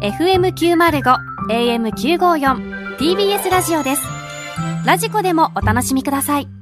FM905 AM954 TBS ラジオです。ラジコでもお楽しみください。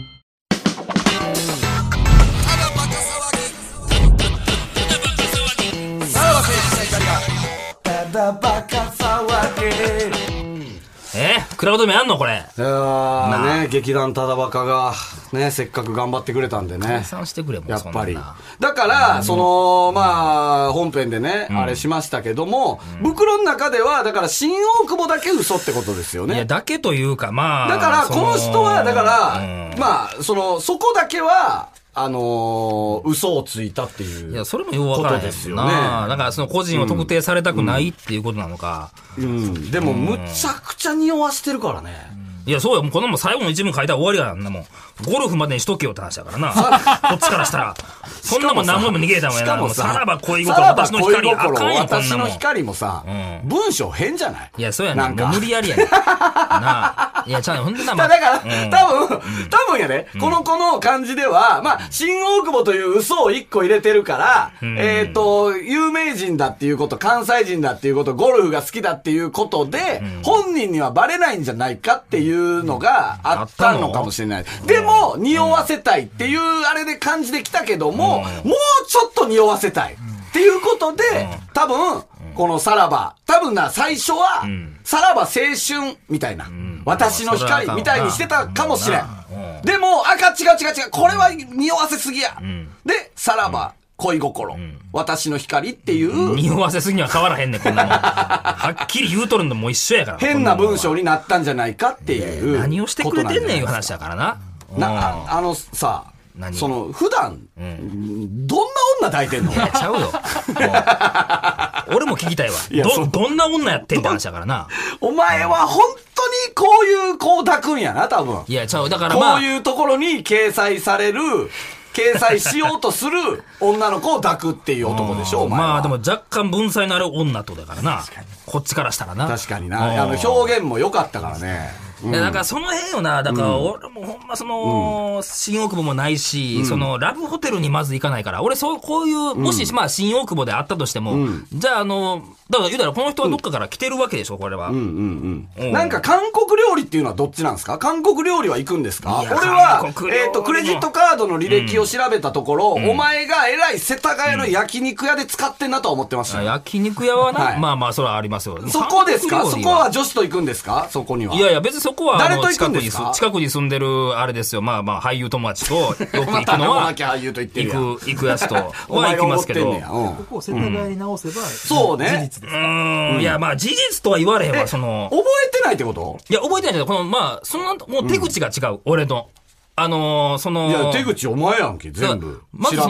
クラウド名あんのこれ。 ね、劇団ただバカがね、せっかく頑張ってくれたんでね。 解散してくれもやっぱり。だから、まあ、本編でね、あれしましたけども、袋の中では、だから新大久保だけ嘘ってことですよね。 いや、だけというか、まあ。 だから、この人は、だから、まあ、そこだけは、嘘をついたっていう。 いや、それもよくわからないですよね。だから、その個人を特定されたくないっていうことなのか。 でも、むちゃくちゃ匂わしてるからね。 いや、そうよ。もうこのも最後の一文書いたら終わりやんなもん。ゴルフまでにしとけよって話だからな。こっちからしたら。そんなもん何本も逃げたもんやな。さらば恋心、私の光、あかんやん、こんなもん。 私の光もさ、文章変じゃない？ いや、そうやな。もう無理やりやねん。なあ。いや、ちゃう、ほんでな、 だから、多分やね、この子の感じでは、まあ、新大久保という嘘を一個入れてるから、有名人だっていうこと、関西人だっていうこと、ゴルフが好きだっていうことで、本人にはバレないんじゃないかっていうのがあったのかもしれない。でも、匂わせたいっていうあれで感じできたけども、もうちょっと匂わせたいっていうことで、多分、このさらば、多分な、最初は、さらば青春みたいな、私の光みたいにしてたかもしれん。でも、違う、これは匂わせすぎや。で、さらば、恋心、私の光っていう。 匂わせすぎには変わらへんねん、こんなもん。はっきり言うとるのも一緒やから。 変な文章になったんじゃないかっていう。 何をしてくれてんねんいう話だからな。 さ、普段、どんな女抱いてんの？ いや、ちゃうよ。俺も聞きたいわ。どんな女やってんって話だからな。 お前は本当にこういう子を抱くんやな、多分。 いや、ちゃう。だからまあ。 こういうところに掲載しようとする女の子を抱くっていう男でしょ、お前は。 まあでも若干文才のある女ってことだからな。こっちからしたらな。 確かにな。表現も良かったからね。 いや、だからその辺よな。だから俺もほんま新大久保もないし、ラブホテルにまず行かないから、俺こういう、もしまあ新大久保であったとしても、じゃあだから言うたらこの人はどっかから来てるわけでしょ、これは。 なんか韓国料理っていうのはどっちなんですか？韓国料理は行くんですか？俺は、クレジットカードの履歴を調べたところ、お前がえらい世田谷の焼肉屋で使ってんなとは思ってました。 焼肉屋はな、まあまあそれはありますよ。 そこですか？そこは女子と行くんですか？そこには。 いやいや、別にそこは誰と行くんですか？ 近くに住んでるあれですよ。まあまあ俳優友達とよく行くのは行くやつとは行きますけど、 ここを世田谷に直せばそうね。 事実です。 いや、まあ事実とは言われへんわ。 覚えてないってこと？ いや、覚えてないけど、まあもう手口が違う、俺の。いや、手口お前やんけ、全部。 まずラ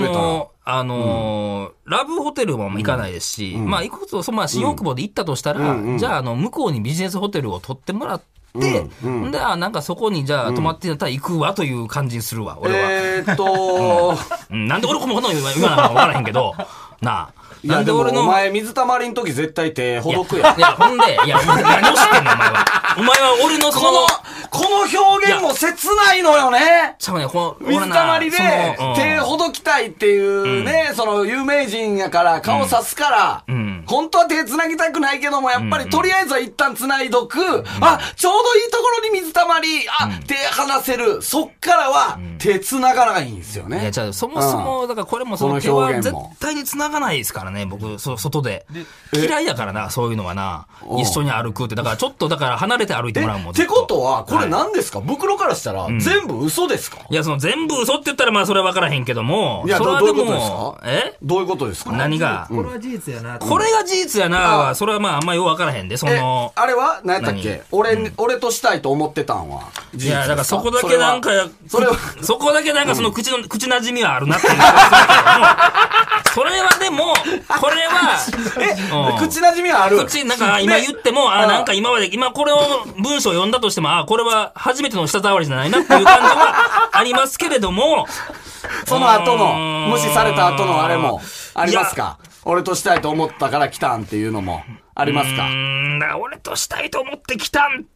ブホテルも行かないですし、まあ行くと、新大久保で行ったとしたら、じゃあ向こうにビジネスホテルを取ってもらって、で、なんかそこにじゃあ泊まってたら行くわという感じにするわ、俺は。なんで俺このこと言わないのか分からへんけど、なあ。 いや、でもお前水たまりの時絶対手ほどくやん。 いや、ほんで、何を知ってんの、お前は。お前は俺のこの表現も切ないのよね。 ちゃうね、 水たまりで手ほどきたいっていうね、有名人やから顔さすから、本当は手繋ぎたくないけども、やっぱりとりあえずは一旦繋いどく。ちょうどいいところに水たまり、手離せる。そっからは手繋がないんですよね。 いや、じゃあそもそも、だからこれも手は絶対に繋がないですからね、僕、外で。嫌いやからな、そういうのはな。一緒に歩くって。だからちょっと、離れて歩いてもらうもん。 ってことは、これ何ですか？袋からしたら全部嘘ですか？ いや、全部嘘って言ったらまあそれは分からへんけども。 いや、どういうことですか？どういうことですか？ 何が？ これは事実やな。 これが事実やな。それはまああんまよう分からへんで、 あれは何やったっけ？俺としたいと思ってたんは。 いや、だからそこだけなんか、そこだけなんか口なじみはあるなっていう。それはでも、これは、 口なじみはある。 なんか今言っても、なんか今これを文章を読んだとしても、これは初めての舌触りじゃないなっていう感じはありますけれども、 その後の、無視された後のあれもありますか？俺としたいと思ったから来たんっていうのもありますか？ だから俺としたいと思って来たんっ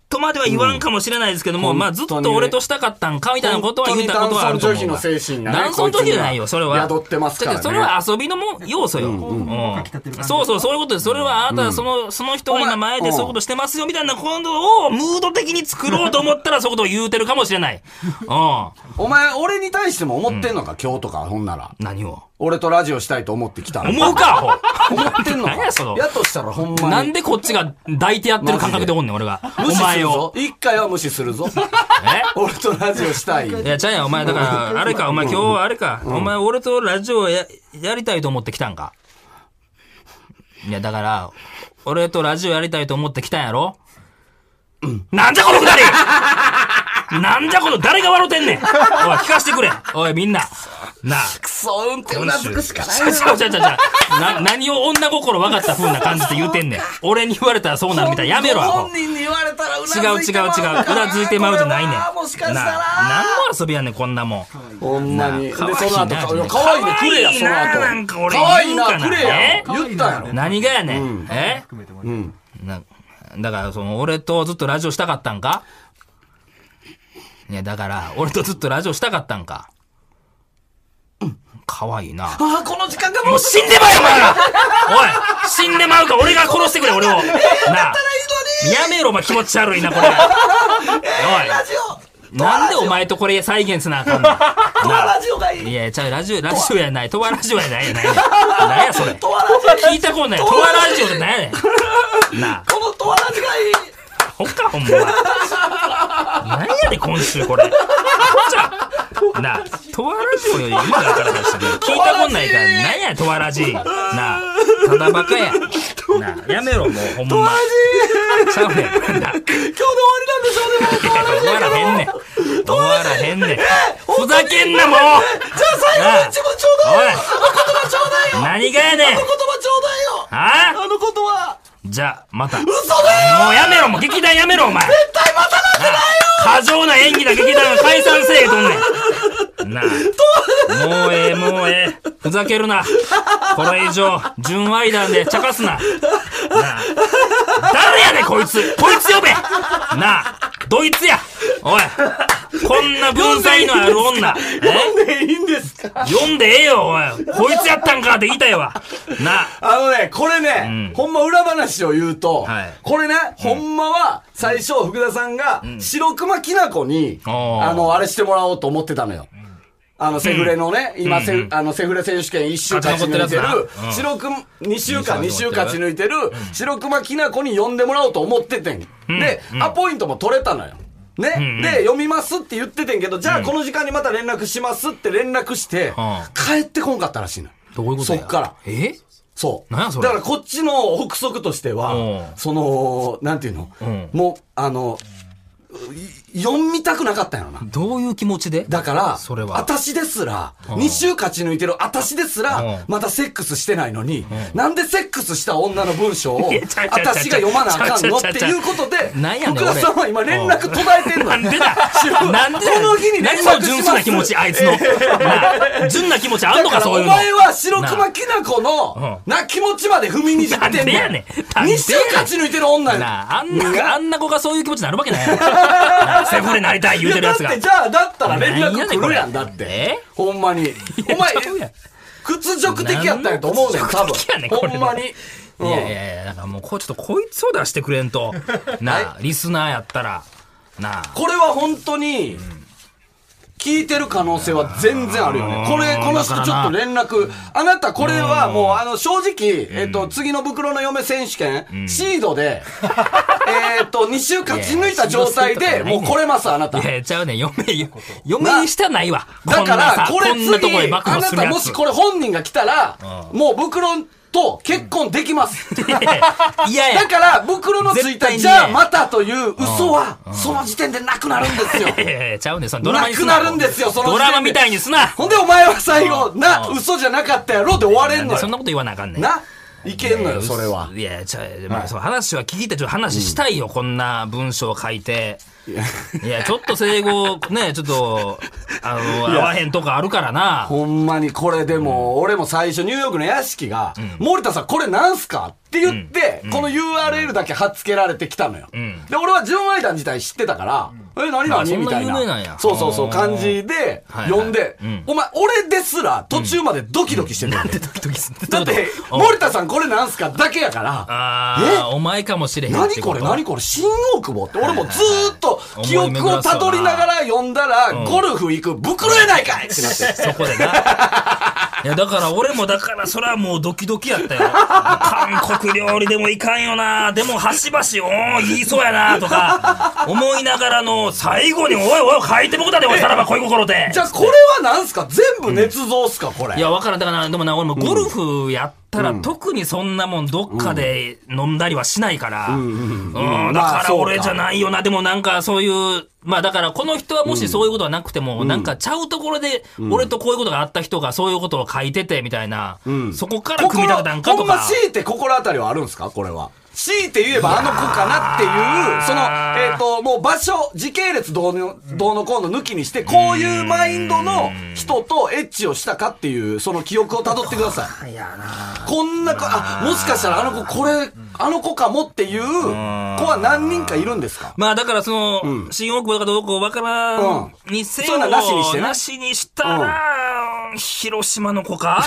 とまでは言わんかもしれないですけども、まあずっと俺としたかったんかみたいなことは言ったことはあると思う。 男尊女卑の精神がね。 男尊女卑じゃないよ、それは。 宿ってますからね。 それは遊びの要素よ。そうそう、そういうことです。それはあなたその人が今前でそういうことしてますよみたいなことをムード的に作ろうと思ったらそういうことを言うてるかもしれない。 お前、俺に対しても思ってんのか、今日とか、ほんなら。 何を俺とラジオしたいと思ってきたの。 思うか、 思ってんのか。 何やその。 やとしたらほんまに。 なんでこっちが抱いてやってる感覚でおんねん、俺が。お前を。 一回は無視するぞ。俺とラジオしたい。 いや、ちゃうやん、お前、だから、あれか、お前今日はあれか、お前俺とラジオやりたいと思ってきたんか。いや、だから、俺とラジオやりたいと思ってきたんやろ。なんじゃこのくだりなんじゃこの、誰が笑うてんねん。おい、聞かしてくれ。おい、みんな。なあ。 クソうんってうなずくしかないな。何を女心分かった風な感じで言うてんねん。俺に言われたらそうなるみたいな。やめろよ。 本人に言われたらうなずいてまう。 違う。うなずいてまうじゃないねん。 もしかしたら。 何の遊びやねん、こんなもん。 ほんまに。で、その後、 かわいいね、くれや、その後。 なんか俺かわいいな、くれや。言ったやろ。 何がやねん。だから、俺とずっとラジオしたかったんか？いや、だから、俺とずっとラジオしたかったんか。かわいいな。 この時間がもう死んでまえよ、お前ら。おい、死んでまうか、俺が殺してくれ、俺を。なあ。やめろ、お前気持ち悪いな、これ。おい。なんでお前とこれ再現すなあかんの。 トワラジオがいい。 いや、ちゃう、ラジオやない。トワラジオやない。何や、それ。聞いたことない。トワラジオって何やねん。なあ。 このトワラジがいい。 ほんか、ほんま。何やで、今週これ。なあ、トワラジオより意味がわからないし、聞いたことないから、何や、トワラジ。なあ、ただバカや。なあ、やめろ、もう、ほんま。トワラジちゃうねん。なあ。今日で終わりなんでしょうね、もう。終わらへんねん。終わらへんねん。ふざけんな、もう。じゃあ最後の一文ちょうだいよ。あの言葉ちょうだいよ。 何がやねん。 あの言葉ちょうだいよ。 はあの言葉。 じゃあ、また。 嘘だよ。 もうやめろ、もう劇団やめろ、お前。 絶対またなんてないよ。 過剰な演技だ、劇団が解散せえとんねん。なあ。もうええ。ふざけるな。これ以上、純愛談で茶化すな。なあ。誰やねん、こいつ。こいつ呼べ。なあ。どいつや。おい。こんな文才のある女。 読んでいいんですか？ 読んでええよ、おい。こいつやったんかって言いたいわ。なあ。 これね、ほんま裏話を言うと、これね、ほんまは、最初、福田さんが、白熊きなこに、あれしてもらおうと思ってたのよ。セフレのね、今、セフレ選手権1週勝ち抜いてる、2週勝ち抜いてる、白熊きなこに呼んでもらおうと思っててん。で、アポイントも取れたのよ。ね、で、読みますって言っててんけど、じゃあこの時間にまた連絡しますって連絡して、帰ってこんかったらしいの。 どういうことや？ そっから。そう。 何やそれ。 だからこっちの憶測としては、なんていうの、もう、読みたくなかったんやろな。 どういう気持ちで？だから、私ですら、2週勝ち抜いてる私ですら、またセックスしてないのに、なんでセックスした女の文章を、私が読まなあかんのっていうことで、福田さんは今連絡途絶えてんの。 なんでだなんでこの日に連絡します。 何その純粋な気持ち、あいつの。純な気持ちあんのか、そういうの。 お前は白熊きなこの、気持ちまで踏みにじってんねん。 なんでやねん。 2週勝ち抜いてる女やな。あんな子がそういう気持ちになるわけないやろ。セフレなりたい言うてるやつが。 だったら連絡来るやん、だって。ほんまに。お前、屈辱的やったんやと思うねん、多分。ほんまに。 いや、だからもう、ちょっとこいつを出してくれんと。なあ、リスナーやったら。なあ。 これは本当に、聞いてる可能性は全然あるよね。この人ちょっと連絡。あなたこれはもう、正直、次の袋の嫁選手権、シードで、2週勝ち抜いた状態で、もう来れます、あなた。 いや、ちゃうねん、嫁にしたないわ。 だから、これ次、 あなたもしこれ本人が来たら、もう袋と結婚できます。いやだから、袋のついた、じゃあまたという嘘は、その時点でなくなるんですよ。 ちゃうねん、ドラマにすな。 なくなるんですよ、そのドラマみたいにすな。 ほんでお前は最後、嘘じゃなかったやろで終われんのよ。 そんなこと言わなあかんねん。 いいけんのよ、それは。 いや、まあ、そう話は聞いて、ちょっと話したいよ、こんな文章書いて。いや、ちょっと整合、ね、ちょっと、合わへんとかあるからな。 ほんまにこれでも、俺も最初ニューヨークの屋敷が、森田さんこれなんすかって言って、この URL だけ貼っ付けられてきたのよ。で、俺は純愛団自体知ってたから、何々みたいな。そう感じで、読んで、お前、俺ですら途中までドキドキしてる。 なんでドキドキするだって、森田さんこれなんすかだけやから、 お前かもしれへん。 何これ新大久保って俺もずーっと記憶をたどりながら読んだら、ゴルフ行く袋やないかいってなって。 そこでな。いや、だから俺もそれはもうドキドキやったよ。韓国料理でもいかんよな。でも端々、言いそうやな、とか、思いながらの最後に、おい書いてもくたで、おい、さらば恋心で。 じゃあこれはなんすか全部捏造っすかこれ。 いや、わからん。だから、でもな、俺もゴルフやったら、特にそんなもんどっかで飲んだりはしないから。だから俺じゃないよな。でもなんかそういう、まあだからこの人はもしそういうことはなくても、なんかちゃうところで、俺とこういうことがあった人がそういうことを書いててみたいな、そこから組み立てたんかとか。 ほんま強いて心当たりはあるんですかこれは。強いて言えばあの子かなっていう、もう場所、時系列どうのこうの抜きにして、こういうマインドの人とエッチをしたかっていう、その記憶を辿ってください。こんな子、もしかしたらあの子かもっていう子は何人かいるんですか？ まあだから新大久保かどうかわからんにせよ、 そういうのはなしにしてね。 なしにしたら、広島の子か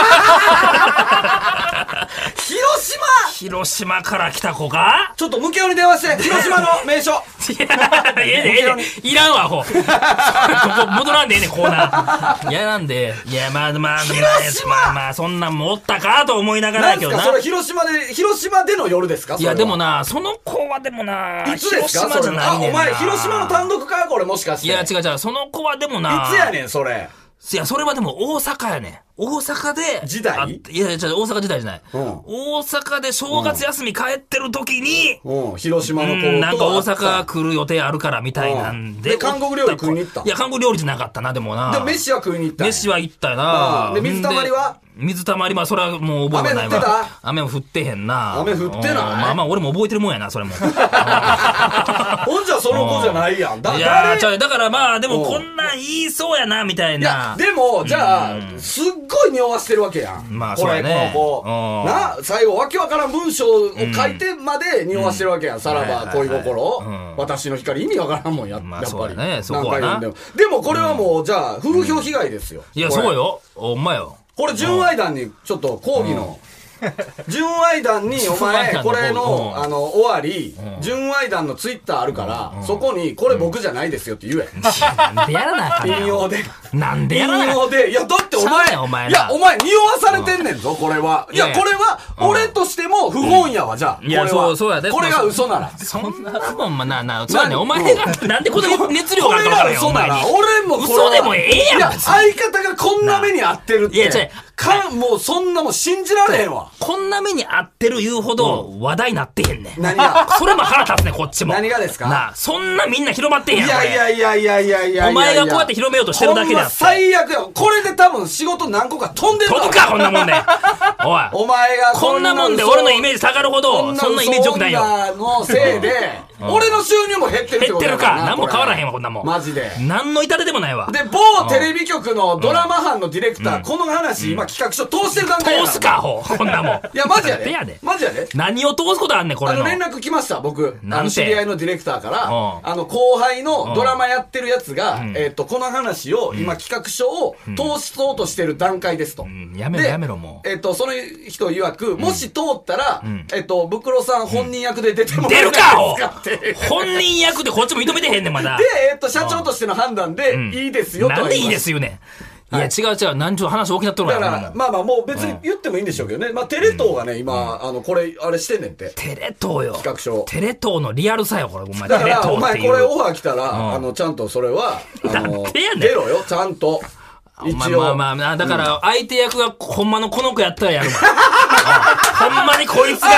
広島から来た子かちょっとムケオに電話して、広島の名所。 いらんわ、ここ戻らんでええねん、コーナー。いやなんで、いや、まあ、そんなんもおったかと思いながらやけどな。 それ広島での夜ですか？ いや、でもな、その子はでもな、 いつですか？ 広島じゃないねんな。 お前、広島の単独かこれもしかして。 いや、違う、その子はでもな。 いつやねん、それ。 いや、それはでも大阪やねん。大阪で。 時代？ いや、大阪時代じゃない。大阪で正月休み帰ってる時に、 広島の子となんか大阪来る予定あるからみたいなんで。 で、韓国料理食いに行った？ いや、韓国料理じゃなかったな、でもな。 で、飯は食いに行った？ 飯は行ったよな。 で、水たまりは？ 水たまりは、それはもう覚えてないわ。雨も降ってへんな。 雨降ってない？ まあ、俺も覚えてるもんやな、それも。ほんじゃその子じゃないやん。 いや、だからまあ、でもこんなん言いそうやな、みたいな。いや、 でも、じゃあ、すっごい匂わしてるわけやん。 まあ、そうやね。 この子。な、最後、わけわからん文章を書いてまで匂わしてるわけやん。さらば恋心。私の光、意味わからんもんやっぱり。 そこはな。 でも、これはもう、じゃあ、風評被害ですよ。 いや、そうよ。ほんまよ。 これ、純愛団に、ちょっと、抗議の、純愛団に、お前、これの、終わり、純愛団のツイッターあるから、そこに、これ僕じゃないですよって言え。 なんでやらなあかん引用で。 なんでやらなあかん。 引用で。いや、だってお前、いや、お前、匂わされてんねんぞ、これは。いや、これは、俺としても不本やわ、じゃあ。 いや、そうやで。 これが嘘なら。 そんなもん、そうやね、お前が、なんでこんな熱量があるか分からへん。 嘘なら、俺も嘘でもええやん。 いや、相方がこんな目に遭ってるって。いや、もうそんなもん信じられへんわ。 こんな目に遭ってる言うほど話題になってへんねん。 何が？ それも腹立つね、こっちも。 何がですか？ なあ、そんなみんな広まってへんやん。 いや。 お前がこうやって広めようとしてるだけだ。 最悪や。これで多分仕事何個か飛んでる飛ぶか、こんなもんで。おい。 お前がこんなもんで俺のイメージ下がるほど、そんなイメージ良くないよ。 のせいで、俺の収入も減ってるってこと減ってるか。何も変わらへんわ、こんなもん。 マジで。 何の痛手でもないわ。 で、某テレビ局のドラマ班のディレクター、この話、今企画書通してる段階や通すか、こんなもん。 いや、マジやで。マジやで。 何を通すことあんねん、これの。 連絡来ました、僕。知り合いのディレクターから、後輩のドラマやってるやつが、この話を、今企画書を通そうとしてる段階ですと。 やめろ、もう。その人曰く、もし通ったら、ブクロさん本人役で出てもらえないですかって。 本人役でこっちも認めてへんねん、まだ。 で、社長としての判断で、いいですよと。 なんでいいですよね。いや、違う。何ちゅう話大きなっとるから。まあもう別に言ってもいいんでしょうけどね。まあテレ東がね、今、これ、あれしてんねんって。 テレ東よ。 企画書。 テレ東のリアルさよ、これ。お前、 だから、お前これオファー来たら、ちゃんとそれは、出ろよ、ちゃんと。一応。 まあ、だから、相手役がほんまのこの子やったらやるわ。ほんまにこいつが。 言った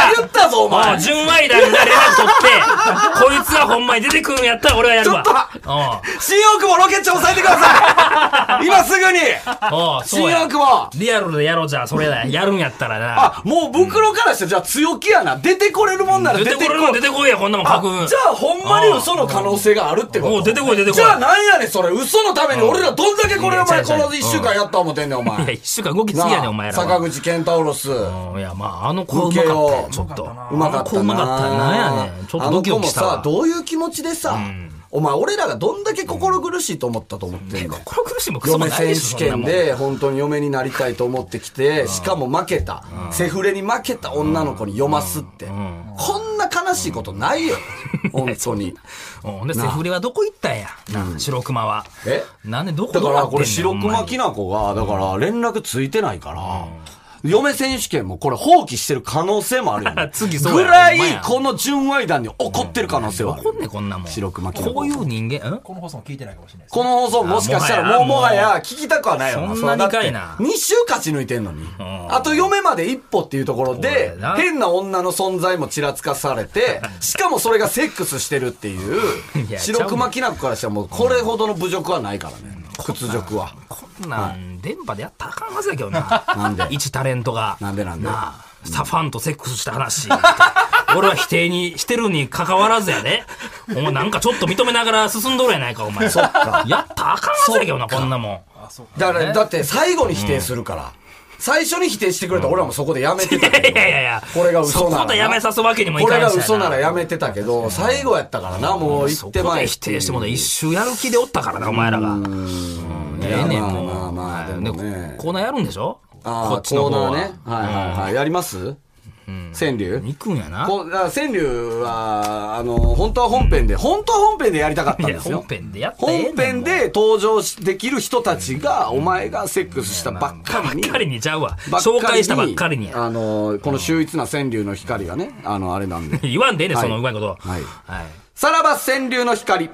だぞ、お前。 純愛団が連絡取って、こいつはほんまに出てくるんやったら俺はやるわ。 新大久保ロケッチ抑えてください。今すぐに。新大久保。 リアルでやろうじゃあ、それだ。やるんやったらな。 もう袋からしてじゃあ強気やな。出てこれるもんなら出てこれるもん出てこいや、こんなもん書く。 じゃあほんまに嘘の可能性があるってこと。 出てこい出てこい。 じゃあなんやねんそれ。嘘のために俺らどんだけこれお前この1週間やった思てんねんお前。 いや、1週間動きすぎやねんお前ら。 坂口健太郎ス。 いや、まあ、あの子うまかったよ、ちょっと。 うまかったな。 うまかった。なんやねん。ちょっとドキドキしたわ。 あの子もさ、どういう気持ちでさ、お前俺らがどんだけ心苦しいと思ったと思ってんだよ。 心苦しいもクソもない嫁でしょ。 選手権で本当に嫁になりたいと思ってきて、しかも負けた。セフレに負けた女の子に読ますって。こんな悲しいことないよ。本当に。 で、セフレはどこ行ったんや。白熊は。なんでどこだからこれ白熊きな子が、だから連絡ついてないから、嫁選手権もこれ放棄してる可能性もあるよね。 次そうやぐらいこの純愛団に怒ってる可能性はある。 怒んねこんなもん。 白熊きな子。 こういう人間、 この放送も聞いてないかもしれないです。 この放送もしかしたらもはや聞きたくはないよな。 そんなにかいな。 2週勝ち抜いてんのに。あと嫁まで一歩っていうところで、変な女の存在もちらつかされて、しかもそれがセックスしてるっていう、白熊きな子からしたらもうこれほどの侮辱はないからね。屈辱は。 こんなん電波でやったらあかんはずやけどな。 なんで一タレントが。 なんでなあ、ファンとセックスした話。俺は否定にしてるに関わらずやで。お前なんかちょっと認めながら進んどるやないか、お前。やったらあかんはずやけどな、こんなもん。 だって最後に否定するから。最初に否定してくれたら俺はもうそこでやめてたけど。 いや。 これが嘘なら。 そこでやめさすわけにもいかんし。 これが嘘ならやめてたけど、最後やったからな、もう言ってまい。 否定しても一周やる気でおったからな、お前らが。ええねん、もう。 まあ、でもね。 コーナーやるんでしょこっちコーの方は。 ナーね。はい。やります川柳行くんやな。 川柳は、本当は本編でやりたかったんですよ。 本編でやったらええねん。 本編で登場できる人たちが、お前がセックスしたばっかりに。 ばっかりにちゃうわ。紹介したばっかりにや。 この秀逸な川柳の光がね、あれなんで。 言わんでええねん、そのうまいこと。 はい。さらば川柳の光。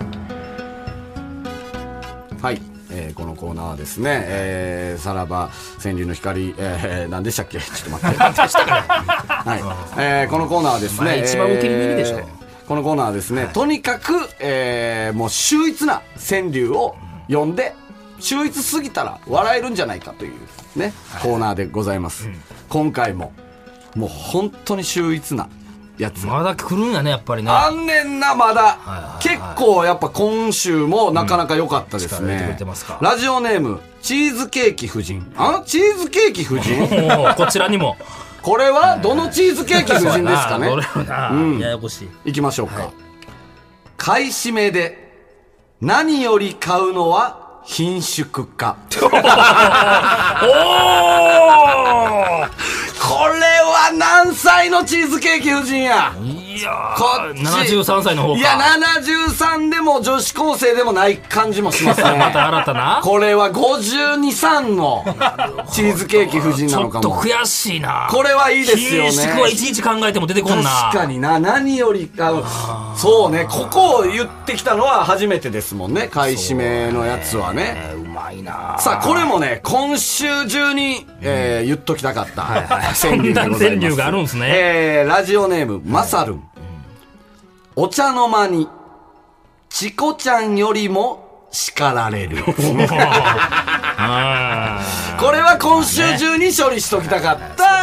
はい。このコーナーはですね、さらば川柳の光、何でしたっけ？ちょっと待って。何でしたかね？はい。このコーナーはですね、 一番お気に入りでしょ。 このコーナーはですね、とにかく、もう秀逸な川柳を読んで、秀逸すぎたら笑えるんじゃないかというね、コーナーでございます。今回も、もう本当に秀逸なやつ。 まだ来るんやね、やっぱりね。 あんねんな、まだ。結構やっぱ今週もなかなか良かったですね。ラジオネーム、チーズケーキ夫人。チーズケーキ夫人こちらにも。 これはどのチーズケーキ夫人ですかね。 ややこしい。 いきましょうか。買い占めで何より買うのは品種化。これは何歳のチーズケーキ夫人や。 いやー、73歳の方か。 いや、73でも女子高生でもない感じもしますね。 また新たな。 これは52、3のチーズケーキ夫人なのかも。 ちょっと悔しいな。 これはいいですよね。 品種はいちいち考えても出てこんな。 確かにな。何よりそうね。ここを言ってきたのは初めてですもんね。買い占めのやつはね。 うまいな。 さあ、これもね、今週中に、言っときたかった。川柳でございます。 川柳があるんですね。 ラジオネーム、まさるん。お茶の間に、チコちゃんよりも叱られる。これは今週中に処理しときたかった。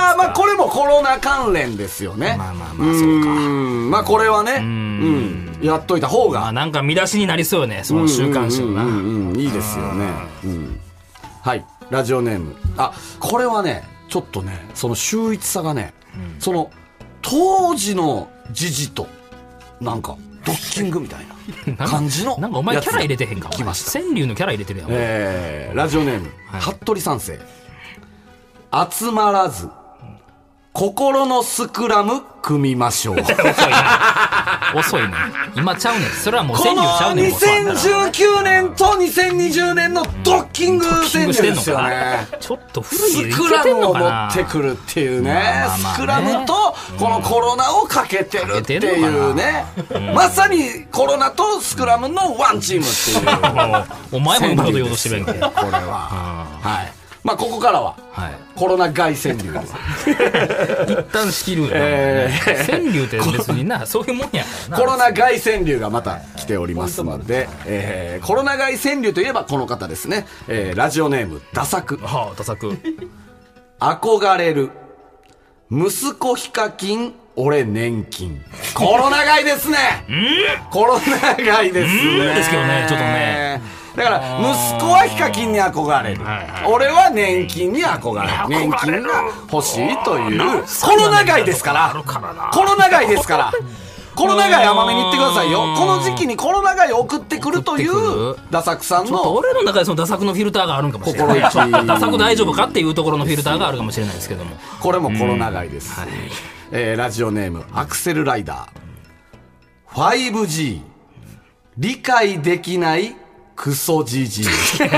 まあこれもコロナ関連ですよね。 まあそうか。 まあこれはね、やっといた方が。 なんか見出しになりそうよね、その週刊誌のな。 いいですよね。はい、ラジオネーム。これはね、ちょっとね、その秀逸さがね、その当時の時事と、なんかドッキングみたいな感じのなんかお前キャラ入れてへんか。 来ました。 川柳のキャラ入れてるやん。 ラジオネーム、服部三世。集まらず心のスクラム組みましょう。 遅いね。今ちゃうねん。それはもう川柳ちゃうねん。 この2019年と2020年のドッキング川柳ですよね。 ちょっと古いスクラムを持ってくるっていうね。スクラムとこのコロナをかけてるっていうね。まさにコロナとスクラムのワンチームっていう。 お前もうまいこと言おうとしてるやんけ。 これは。はい。 まあここからははい。 コロナ外川柳です。 一旦仕切るよな。川柳って別にな、そういうもんやからな。 コロナ外川柳がまた来ておりますので、コロナ外川柳といえばこの方ですね。ラジオネームダサク。 はあ、ダサく。 憧れる息子ヒカキン俺年金。コロナ外ですね。コロナ外ですね。 ですけどね、ちょっとね。 だから息子はヒカキンに憧れる、俺は年金に憧れる、年金が欲しいというコロナ外ですから。コロナ外ですからコロナ外甘めに言ってくださいよ。この時期にコロナ外を送ってくるというダサクさんちょっとの俺の中でそのダサくのフィルターがあるんかもしれない。 心意気ダサく大丈夫かっていうところのフィルターがあるかもしれないですけども。 これもコロナ外です、ラジオネームアクセルライダー。 5G 理解できないクソジジイ。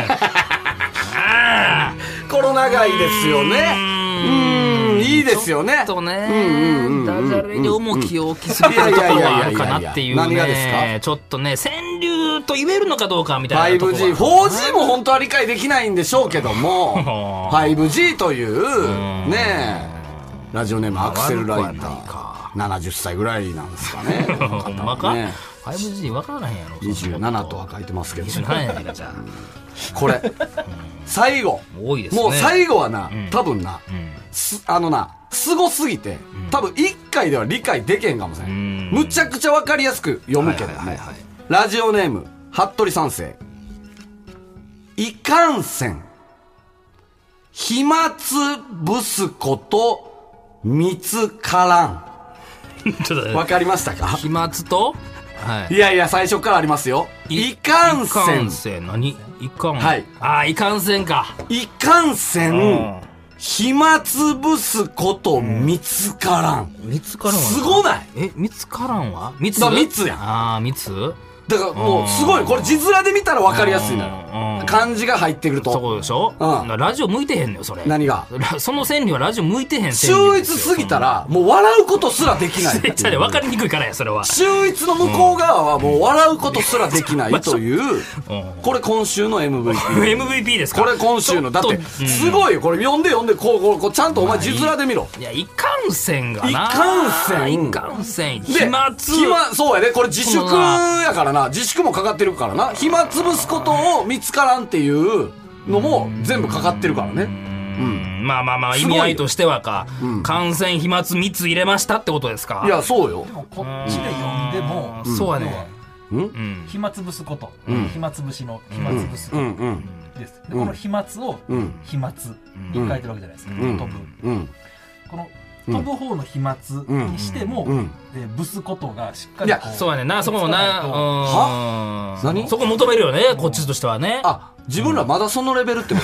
コロナ外ですよね。いいですよね。 ちょっとね、ダジャレに重きを置きすぎてるところはあるかなっていうね。 何がですか？ ちょっとね、川柳と言えるのかどうかみたいなところ 5G、4G も本当は理解できないんでしょうけども5G というねラジオネームアクセルライダー。70歳ぐらいなんですかね。 ほんまか、 ね、 5G 分からへんやろ。 27とは書いてますけど、 27やねんかじゃあ。 これ最後多いですね。 もう最後はな、多分な、すごすぎて、多分1回では理解できへんかもしれん。むちゃくちゃ分かりやすく読むけども、ラジオネーム服部三世。いかんせん飛沫ぶすこと見つからん。 ちょっとわかりましたか？ 飛沫と、 いやいや最初からありますよ。いかんせん。 いかんせん何？いかん。 はい。 いかんせんか。 いかんせん飛沫ぶすこと見つからん。 見つからんわ。 すごない？ 見つからんわ。蜜やん。 蜜？ だからもうすごいこれ字面で見たら分かりやすいのよ。漢字が入ってくると。 そうでしょ。ラジオ向いてへんのよそれ。 何が？ その川柳はラジオ向いてへん。 秀逸すぎたらもう笑うことすらできない。 じゃあ分かりにくいからやそれは。 秀逸の向こう側はもう笑うことすらできないという。これ今週の MVP。 MVP ですか？ これ今週のだってすごいよこれ読んでこうちゃんとお前字面で見ろ。 いやいかんせんがな。いかんせん飛沫。 そうやでこれ自粛やからな。自粛もかかってるからな。暇つぶすことを見つからんっていうのも全部かかってるからね。 まあ意味合いとしてはか、感染飛沫蜜入れましたってことですか？ いやそうよ。 でもこっちで読んでも、 そうやね。 暇つぶすこと、暇つぶしの暇つぶすです。でこの飛沫を飛沫に書いてるわけじゃないですか。飛ぶ。この飛ぶ方の飛沫にしても、ぶすことがしっかり。 いや、そうやねんな、そこもな、 何？ そこ求めるよね、こっちとしてはね。 自分らまだそのレベルってこと？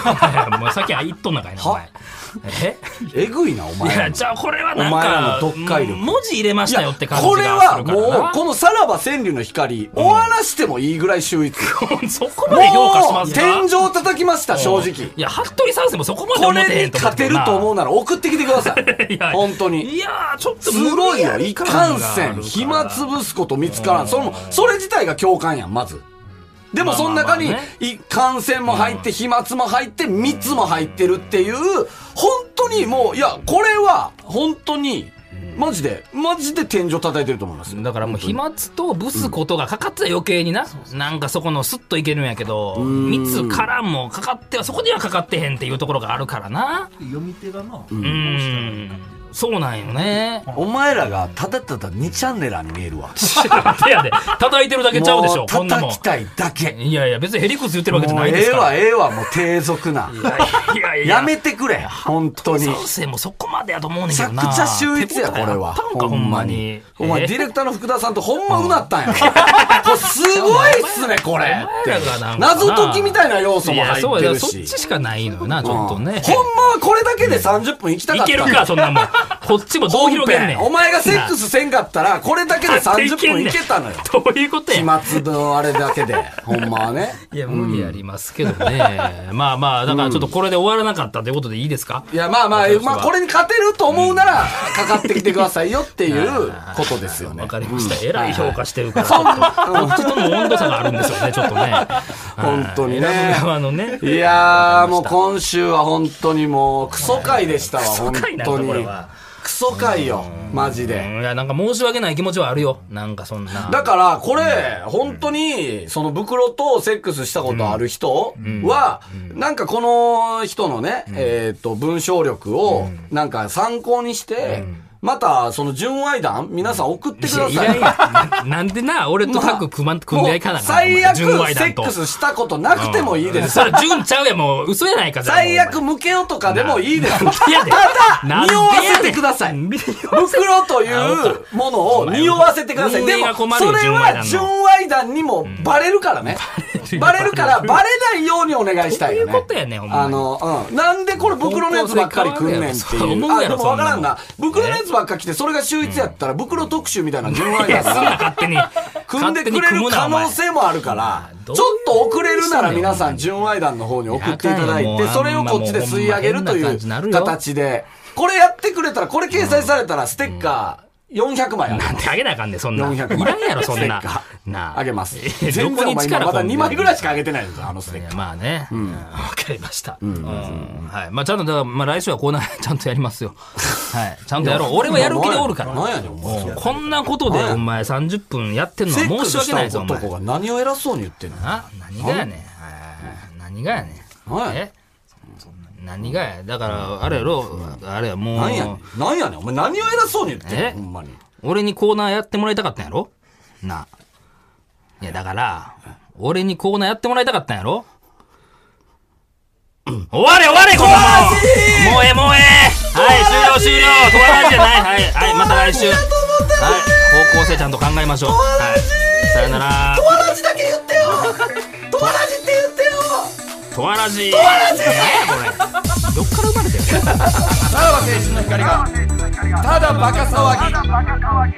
もうさっき言っとんなかいな、お前。 えぐいな、お前。 いや、じゃあこれはなんか、 お前らの読解力。 文字入れましたよって感じこがすれるからな。 はもう、このさらば川柳の光、終わらしてもいいぐらい秀逸。 そこまで評価しますか？ 天井叩きました、正直。 いや、服部三世もそこまでこ思ってへれにんと思って勝てると思うなら送ってきてください。 いや本当に。 いやちょっとすごいよ。いかんせん。暇つぶすこと見つからん。それ自体が共感やん、まず。でもその中に、感染も入って、飛沫も入って、蜜も入ってるっていう、本当にもう、いや、これは、本当に、マジで天井叩いてると思います。 だからもう飛沫とブスことがかかっては余計にな、なんかそこのスッといけるんやけど、蜜からもかかってはそこにはかかってへんっていうところがあるからな。 読み手がな。 そうなんよね。 お前らがただただ2チャンネラーに見えるわ。 手やで叩いてるだけちゃうでしょ。 こんなもん叩きたいだけ。 いやいや別にヘリクス言ってるわけじゃないですから。 ええわもう低俗な。 いややめてくれ本当に。 先生もそこまでやと思うねんけどな。 めちゃくちゃ秀逸やこれは。 ほんまに。 お前ディレクターの福田さんとほんまうなったんや。これすごいっすねこれ。謎解きみたいな要素も入ってるし。 そっちしかないのよなちょっとね。 ほんまはこれだけで30分いきたかった。 いけるかそんなもん。 こっちもどう広げんねん。 お前がセックスせんかったら、これだけで30分いけたのよ。 どういうことや。 飛沫のあれだけで、ほんまはね。 いや、無理ありますけどね。まあまあ、だからちょっとこれで終わらなかったということでいいですか？ いや、まあまあ、これに勝てると思うなら、かかってきてくださいよっていうことですよね。 わかりました。えらい評価してるから、ちょっと、こっちとの温度差があるんですよね、ちょっとね。 本当にね。 選ぶ側のね。 いやー、もう今週は本当にもう、クソ回でしたわ、本当に。クソ回よ、マジで。 いや、なんか申し訳ない気持ちはあるよ。なんかそんな。 だから、これ、本当に、その袋とセックスしたことある人は、なんかこの人のね、文章力を、なんか参考にして、また、その純愛談、皆さん送ってください。 いやいや、なんでな、俺と各組み合いかな。 最悪、セックスしたことなくてもいいです。 それ、純ちゃうや、もう、嘘やないか、 最悪、ムケオとかでもいいです。ただ、匂わせてください。袋というものを匂わせてください。でも、それは純愛談にもバレるからね。バレるから、バレないようにお願いしたいよね。 そういうことやね、ほんまに。 なんでこれ袋のやつばっかり来んねんっていう。あ、でもわからんな。袋のやつばっか来て、それが秀逸やったら、袋特集みたいな純愛談が勝手に組んでくれる可能性もあるから、ちょっと遅れるなら皆さん純愛談の方に送っていただいて、それをこっちで吸い上げるという形で、これやってくれたら、これ掲載されたらステッカー、400枚ある。 なんであげなあかんねん、そんな。 400枚。 いらんやろ、そんな。 あげます。 どこに力まだ2枚ぐらいしかあげてないんですよ、あのステッカー。 まあね。わかりました。はい。まあちゃんと、だから、まあ来週はコーナーちゃんとやりますよ。はい。ちゃんとやろう。俺はやる気でおるから。 何やねん、お前。 こんなことで、お前30分やってんのは申し訳ないぞ、お前。 男が何を偉そうに言ってんの？ 何がやねん。何がやねん。え？何がや。だから、あれやろ、あれや、もう。 何やねん。お前何を偉そうに言ってんの？ほんまに。 俺にコーナーやってもらいたかったんやろな。いや、だから、俺にコーナーやってもらいたかったんやろ終われこんなもんもうええはい、終了止まらんじゃないはい、また来週はい、方向性ちゃんと考えましょうはい、さよならトワラジだけ言ってよトワラジって言ってよトワラジトワラジこれどっから生まれてるさらば青春の光がただバカ騒ぎ